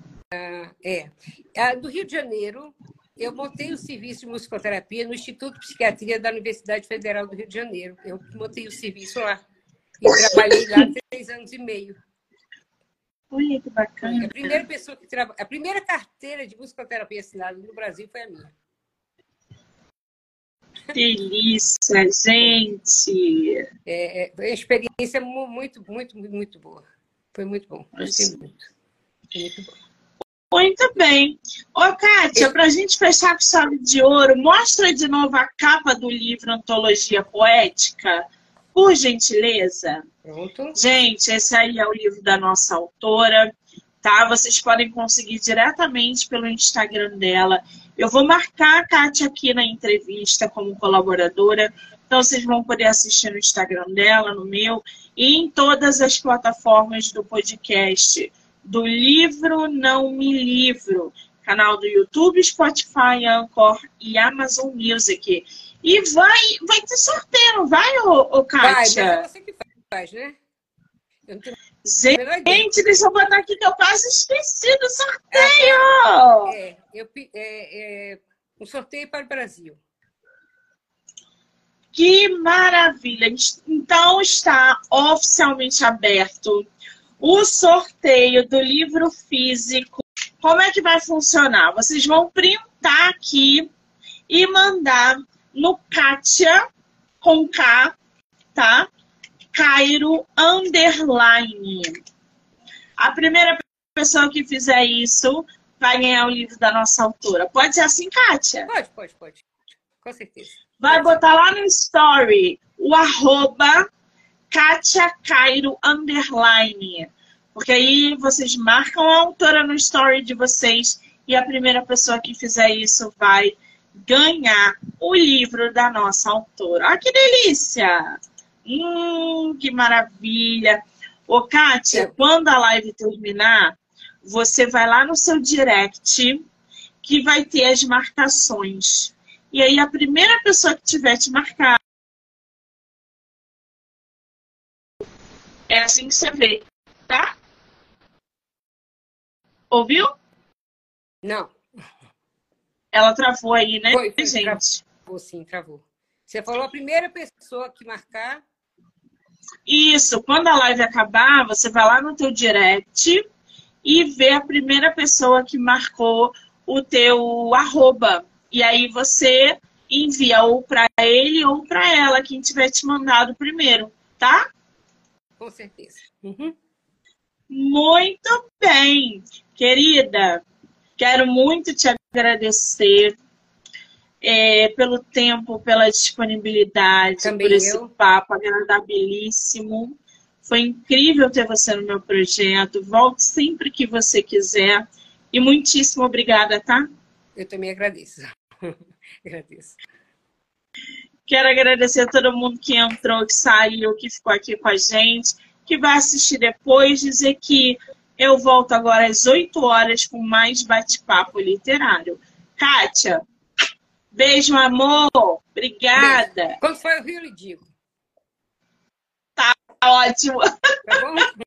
é, é, do Rio de Janeiro, eu montei o serviço de musicoterapia no Instituto de Psiquiatria da Universidade Federal do Rio de Janeiro. Eu montei o serviço lá. E trabalhei lá três anos e meio. Olha, que bacana. A primeira pessoa que traba... a primeira carteira de musicoterapia assinada no Brasil foi a minha. Delícia, gente! É, é uma experiência muito, muito, muito boa. Foi muito bom. Gostei muito. Foi muito bom. Muito bem. Ô, Kátia, para a gente fechar com chave de ouro, mostra de novo a capa do livro Antologia Poética, por gentileza. Pronto. Gente, esse aí é o livro da nossa autora, tá? Vocês podem conseguir diretamente pelo Instagram dela. Eu vou marcar a Kátia aqui na entrevista como colaboradora, então vocês vão poder assistir no Instagram dela, no meu, e em todas as plataformas do podcast, do Livro Não Me Livro, canal do YouTube, Spotify, Anchor e Amazon Music. E vai, vai ter sorteio, não vai, ô, ô Kátia? Vai, mas é você que faz, né? Eu não tenho Gente, deixa eu botar aqui que eu quase esqueci do sorteio! É, eu, é, é um sorteio para o Brasil. Que maravilha! Então está oficialmente aberto o sorteio do livro físico. Como é que vai funcionar? Vocês vão printar aqui e mandar no Kátia, com K, tá? Cairo Underline. A primeira pessoa que fizer isso vai ganhar o livro da nossa autora. Pode ser assim, Kátia? Pode, pode, pode. Com certeza. Vai botar lá no story o arroba Kátia Cairo Underline. Porque aí vocês marcam a autora no story de vocês e a primeira pessoa que fizer isso vai ganhar o livro da nossa autora. Olha que delícia! Hum, que maravilha! Ô, Kátia, é. Quando a live terminar, você vai lá no seu direct que vai ter as marcações. E aí a primeira pessoa que tiver te marcar é assim que você vê, tá? Ouviu? Não. Ela travou aí, né, foi, foi, gente? Travou, sim, travou. Você falou a primeira pessoa que marcar. Isso, quando a live acabar, você vai lá no teu direct e vê a primeira pessoa que marcou o teu arroba. E aí você envia ou para ele ou para ela, quem tiver te mandado primeiro, tá? Com certeza. Uhum. Muito bem, querida. Quero muito te agradecer é, pelo tempo, pela disponibilidade, Também por esse eu. papo agradabilíssimo. Foi incrível ter você no meu projeto. Volte sempre que você quiser. E muitíssimo obrigada, tá? Eu também agradeço. Agradeço. Quero agradecer a todo mundo que entrou, que saiu, que ficou aqui com a gente, que vai assistir depois, dizer que eu volto agora às oito horas com mais bate-papo literário. Kátia, beijo, amor. Obrigada. Beijo. Quando for o Rio, eu lhe digo. Tá ótimo. Tá bom?